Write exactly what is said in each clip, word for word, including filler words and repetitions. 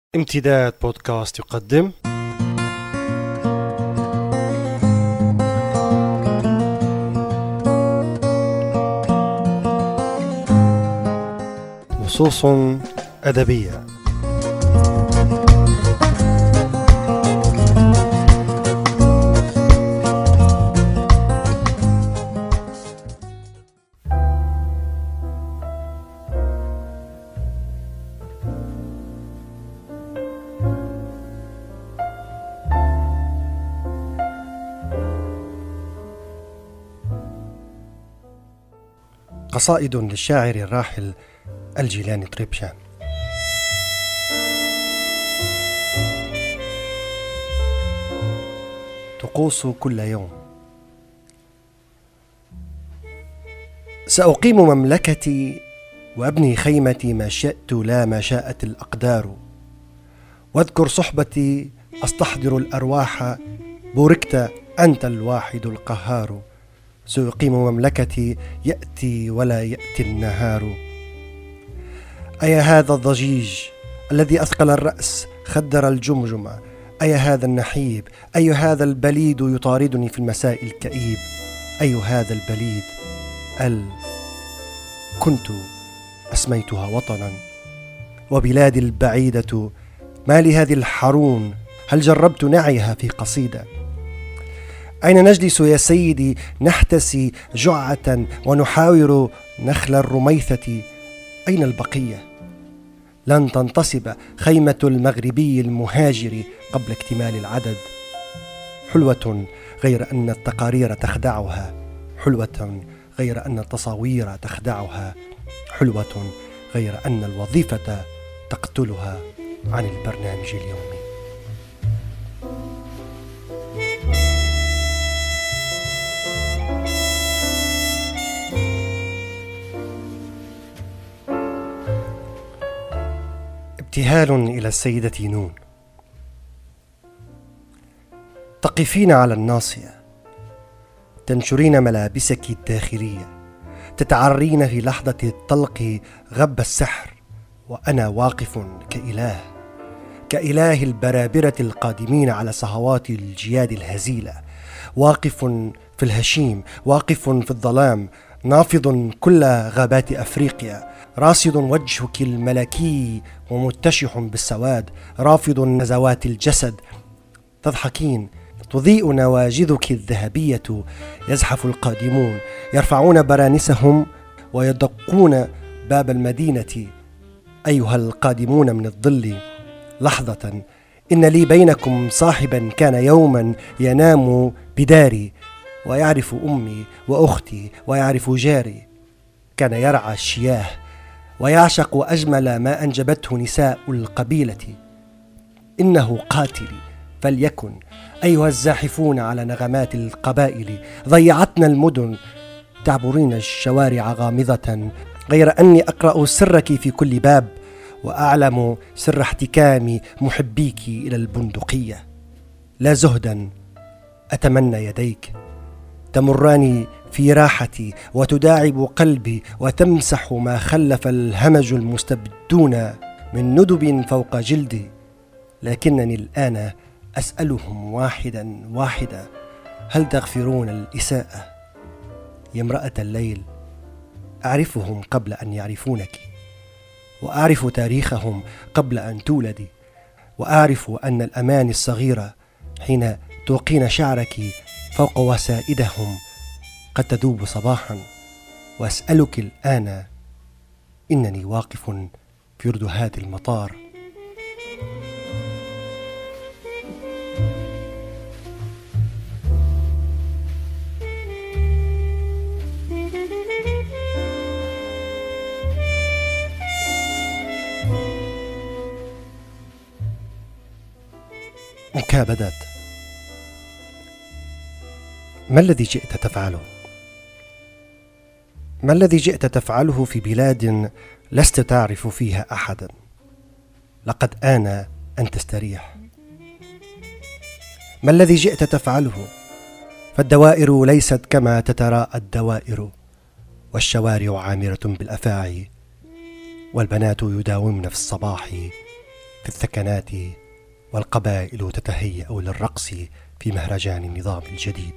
امتداد بودكاست يقدم نصوص أدبية. قصائد للشاعر الراحل الجيلاني طريبشان. طقوس كل يوم. سأقيم مملكتي وأبني خيمتي ما شئت لا ما شاءت الأقدار، واذكر صحبتي أستحضر الأرواح، بوركت أنت الواحد القهار. سأقيم مملكتي يأتي ولا يأتي النهار. أي هذا الضجيج الذي أثقل الرأس خدر الجمجمة، أي هذا النحيب، أي هذا البليد يطاردني في المساء الكئيب، أي هذا البليد ال كنت أسميتها وطنا. وبلادي البعيدة ما لهذه الحرون، هل جربت نعيها في قصيدة؟ أين نجلس يا سيدي نحتسي جعة ونحاور نخل الرميثة؟ أين البقية؟ لن تنتصب خيمة المغربي المهاجر قبل اكتمال العدد. حلوة غير أن التقارير تخدعها، حلوة غير أن التصاوير تخدعها، حلوة غير أن الوظيفة تقتلها عن البرنامج اليومي. ابتهال إلى السيدة نون. تقفين على الناصية، تنشرين ملابسك الداخلية، تتعرين في لحظة الطلق غب السحر، وأنا واقف كإله كإله البرابرة القادمين على صهوات الجياد الهزيلة، واقف في الهشيم، واقف في الظلام، نافض كل غابات أفريقيا، راصد وجهك الملكي ومتشح بالسواد، رافض نزوات الجسد. تضحكين، تضيء نواجذك الذهبية، يزحف القادمون يرفعون برانسهم ويدقون باب المدينة. أيها القادمون من الظل، لحظة، إن لي بينكم صاحبا كان يوما ينام بداري، ويعرف أمي وأختي ويعرف جاري، كان يرعى الشياه ويعشق أجمل ما أنجبته نساء القبيلة. إنه قاتلي فليكن. أيها الزاحفون على نغمات القبائل، ضيعتنا المدن، تعبرين الشوارع غامضة، غير أني أقرأ سرك في كل باب، وأعلم سر احتكام محبيك إلى البندقية. لا زهدا أتمنى يديك، تمران في راحتي وتداعب قلبي، وتمسح ما خلف الهمج المستبدون من ندب فوق جلدي. لكنني الآن أسألهم واحدا واحدا، هل تغفرون الإساءة؟ يا امرأة الليل، أعرفهم قبل أن يعرفونك، وأعرف تاريخهم قبل أن تولدي، وأعرف أن الأماني الصغيرة حين توقين شعرك فوق وسائدهم قد تذوب صباحا. وأسألك الآن، إنني واقف في ردهات المطار. مكابدات. ما الذي جئت تفعله؟ ما الذي جئت تفعله في بلاد لست تعرف فيها أحدا؟ لقد آن أن تستريح. ما الذي جئت تفعله؟ فالدوائر ليست كما تتراءى الدوائر، والشوارع عامرة بالأفاعي، والبنات يداومن في الصباح في الثكنات والقبائل تتهيأ للرقص في مهرجان النظام الجديد.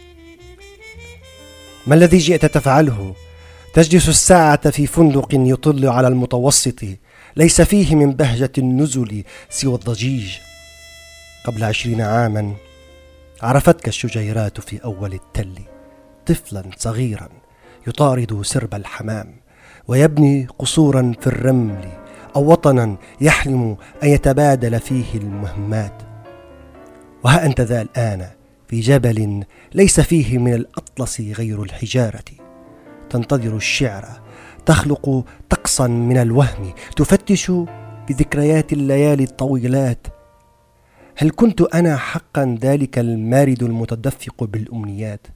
ما الذي جئت تفعله؟ تجلس الساعة في فندق يطل على المتوسط، ليس فيه من بهجة النزل سوى الضجيج. قبل عشرين عاما عرفتك الشجيرات في أول التل، طفلا صغيرا يطارد سرب الحمام ويبني قصورا في الرمل، أو وطنا يحلم أن يتبادل فيه المهمات. وها أنت ذا الآن في جبل ليس فيه من الأطلس غير الحجارة، تنتظر الشعر، تخلق طقسا من الوهم، تفتش بذكريات الليالي الطويلات. هل كنت أنا حقا ذلك المارد المتدفق بالأمنيات؟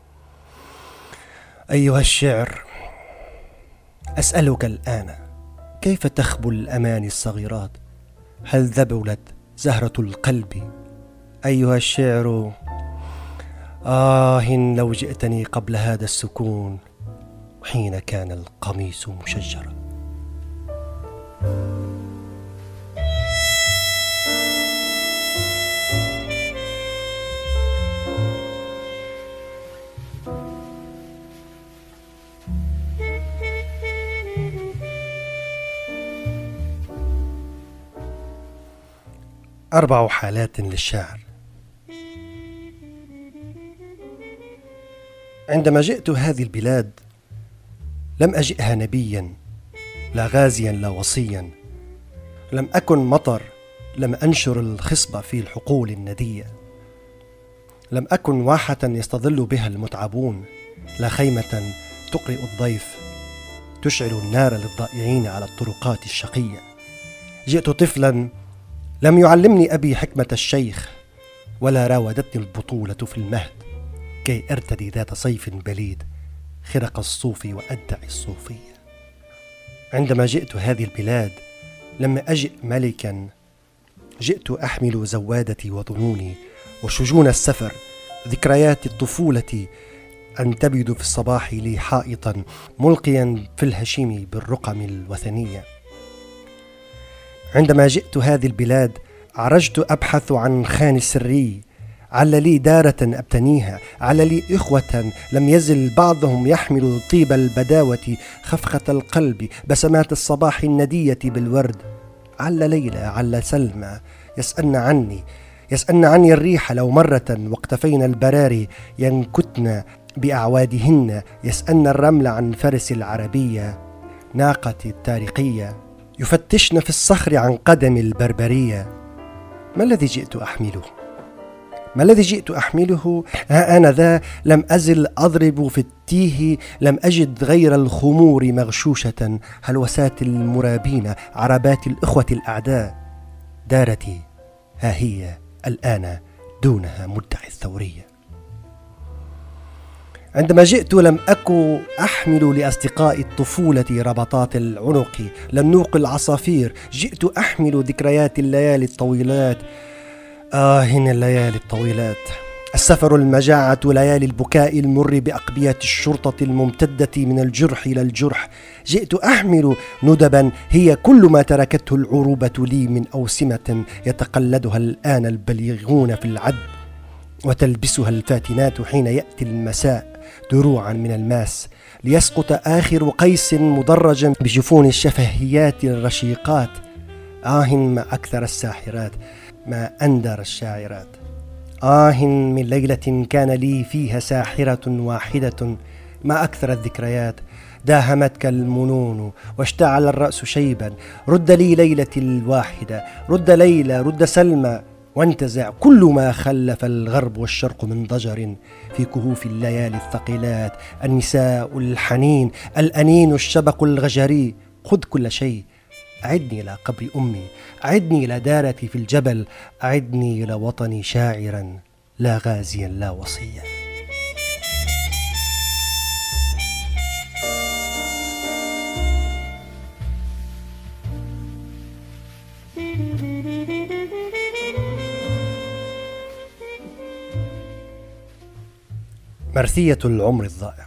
أيها الشعر، أسألك الآن، كيف تخبو الأماني الصغيرات؟ هل ذبلت زهرة القلب؟ أيها الشعر، آه لو جئتني قبل هذا السكون حين كان القميص مشجرا. أربع حالات للشاعر. عندما جئت هذه البلاد لم أجئها نبيا، لا غازيا لا وصيا، لم أكن مطر، لم أنشر الخصب في الحقول الندية، لم أكن واحة يستظل بها المتعبون، لا خيمة تقرئ الضيف، تشعل النار للضائعين على الطرقات الشقية. جئت طفلا لم يعلمني أبي حكمة الشيخ، ولا راودتني البطولة في المهد كي أرتدي ذات صيف بليد خرق الصوف وأدعي الصوفية. عندما جئت هذه البلاد لم أجئ ملكا، جئت أحمل زوادتي وظنوني وشجون السفر، ذكريات الطفولة أن تبدو في الصباح لي حائطا ملقيا في الهشيم بالرقم الوثنية. عندما جئت هذه البلاد عرجت أبحث عن خان السري، عل لي دارة أبتنيها، عل لي إخوة لم يزل بعضهم يحمل طيب البداوة، خفخة القلب، بسمات الصباح الندية بالورد. عل ليلى، عل سلمى يسألن عني، يسألن عني الريح لو مرة، واقتفين البراري ينكتن بأعوادهن، يسألن الرمل عن فرس العربية ناقة التاريخية، يفتشن في الصخر عن قدم البربرية. ما الذي جئت أحمله؟ ما الذي جئت أحمله؟ ها أنا ذا لم أزل أضرب في التيه، لم أجد غير الخمور مغشوشة، هلوسات المرابين، عربات الإخوة الأعداء. دارتي ها هي الآن دونها مدعي الثورية. عندما جئت لم أكن أحمل لأصدقاء الطفولة ربطات العنق، لم نوق العصافير، جئت أحمل ذكريات الليالي الطويلات. آه الليالي الطويلات، السفر، المجاعة، ليالي البكاء المر بأقبية الشرطة الممتدة من الجرح إلى الجرح. جئت أحمل ندبا هي كل ما تركته العروبة لي من أوسمة يتقلدها الآن البليغون في العد، وتلبسها الفاتنات حين يأتي المساء دروعا من الماس، ليسقط آخر قيس مدرجا بجفون الشفهيات الرشيقات. آه ما أكثر الساحرات، ما أندر الشاعرات. آه من ليلة كان لي فيها ساحرة واحدة، ما أكثر الذكريات. داهمتك المنون واشتعل الرأس شيبا، رد لي ليلتي الواحدة، رد ليلى، رد سلمى، وانتزع كل ما خلف الغرب والشرق من ضجر في كهوف الليالي الثقيلات. النساء، الحنين، الأنين، الشبق الغجري، خذ كل شيء. أعدني إلى قبر أمي، أعدني إلى دارتي في الجبل، أعدني إلى وطني شاعرا لا غازيا لا وصيا. مرثية العمر الضائع.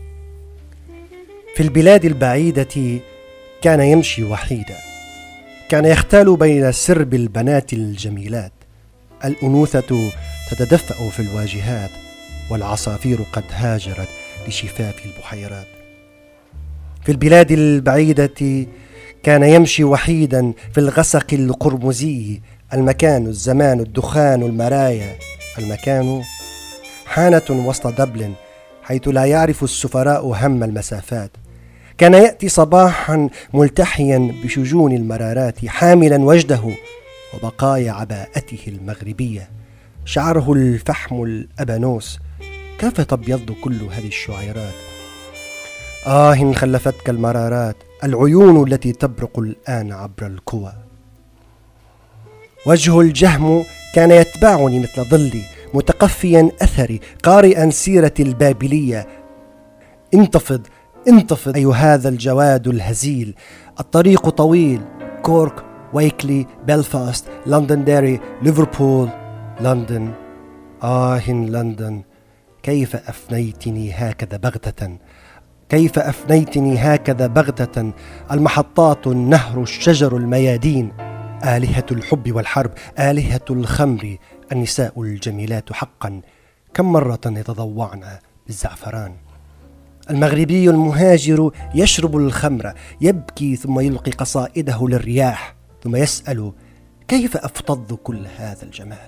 في البلاد البعيدة كان يمشي وحيدا، كان يختال بين سرب البنات الجميلات. الأنوثة تتدفأ في الواجهات، والعصافير قد هاجرت لشفاف البحيرات. في البلاد البعيدة كان يمشي وحيدا في الغسق القرمزي. المكان، الزمان، الدخان، المرايا. المكان حانة وسط دبلن، حيث لا يعرف السفراء هم المسافات. كان يأتي صباحا ملتحيا بشجون المرارات، حاملا وجده وبقايا عباءته المغربية. شعره الفحم الأبانوس، كيف تبيض كل هذه الشعيرات؟ آه خلفتك المرارات، العيون التي تبرق الآن عبر الكوى. وجه الجهم كان يتبعني مثل ظلي، متقفيا أثري، قارئا سيرة البابلية. انتفض انتفض أي هذا الجواد الهزيل. الطريق طويل، كورك، ويكلي، بلفاست، لندنديري، ليفربول، لندن. آه لندن، كيف أفنيتني هكذا بغتة، كيف أفنيتني هكذا بغتة. المحطات، النهر، الشجر، الميادين. آلهة الحب والحرب، آلهة الخمر، النساء الجميلات حقا، كم مرة يتضوعن بالزعفران. المغربي المهاجر يشرب الخمر، يبكي ثم يلقي قصائده للرياح، ثم يسأل كيف أفتض كل هذا الجمال.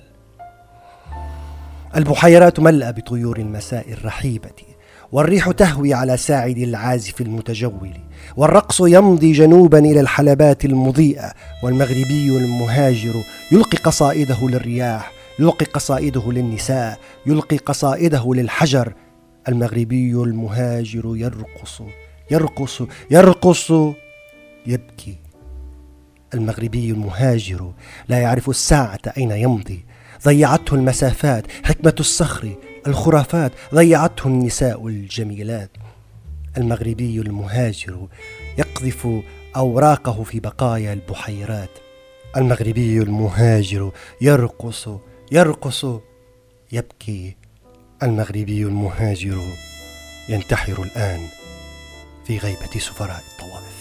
البحيرات ملأى بطيور المساء الرحيبة، والريح تهوي على ساعد العازف المتجول، والرقص يمضي جنوبا إلى الحلبات المضيئة. والمغربي المهاجر يلقي قصائده للرياح، يلقي قصائده للنساء، يلقي قصائده للحجر. المغربي المهاجر يرقص يرقص يرقص يبكي. المغربي المهاجر لا يعرف الساعة أين يمضي، ضيعته المسافات، حكمة الصخر، الخرافات، ضيعته النساء الجميلات. المغربي المهاجر يقذف أوراقه في بقايا البحيرات. المغربي المهاجر يرقص يرقص يبكي. المغربي المهاجر ينتحر الآن في غيبة سفراء الطوائف.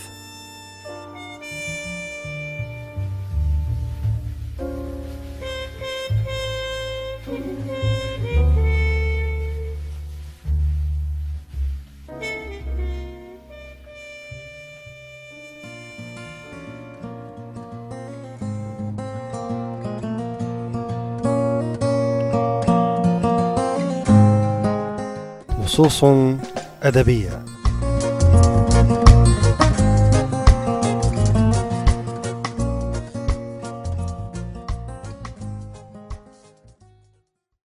نصوص أدبية.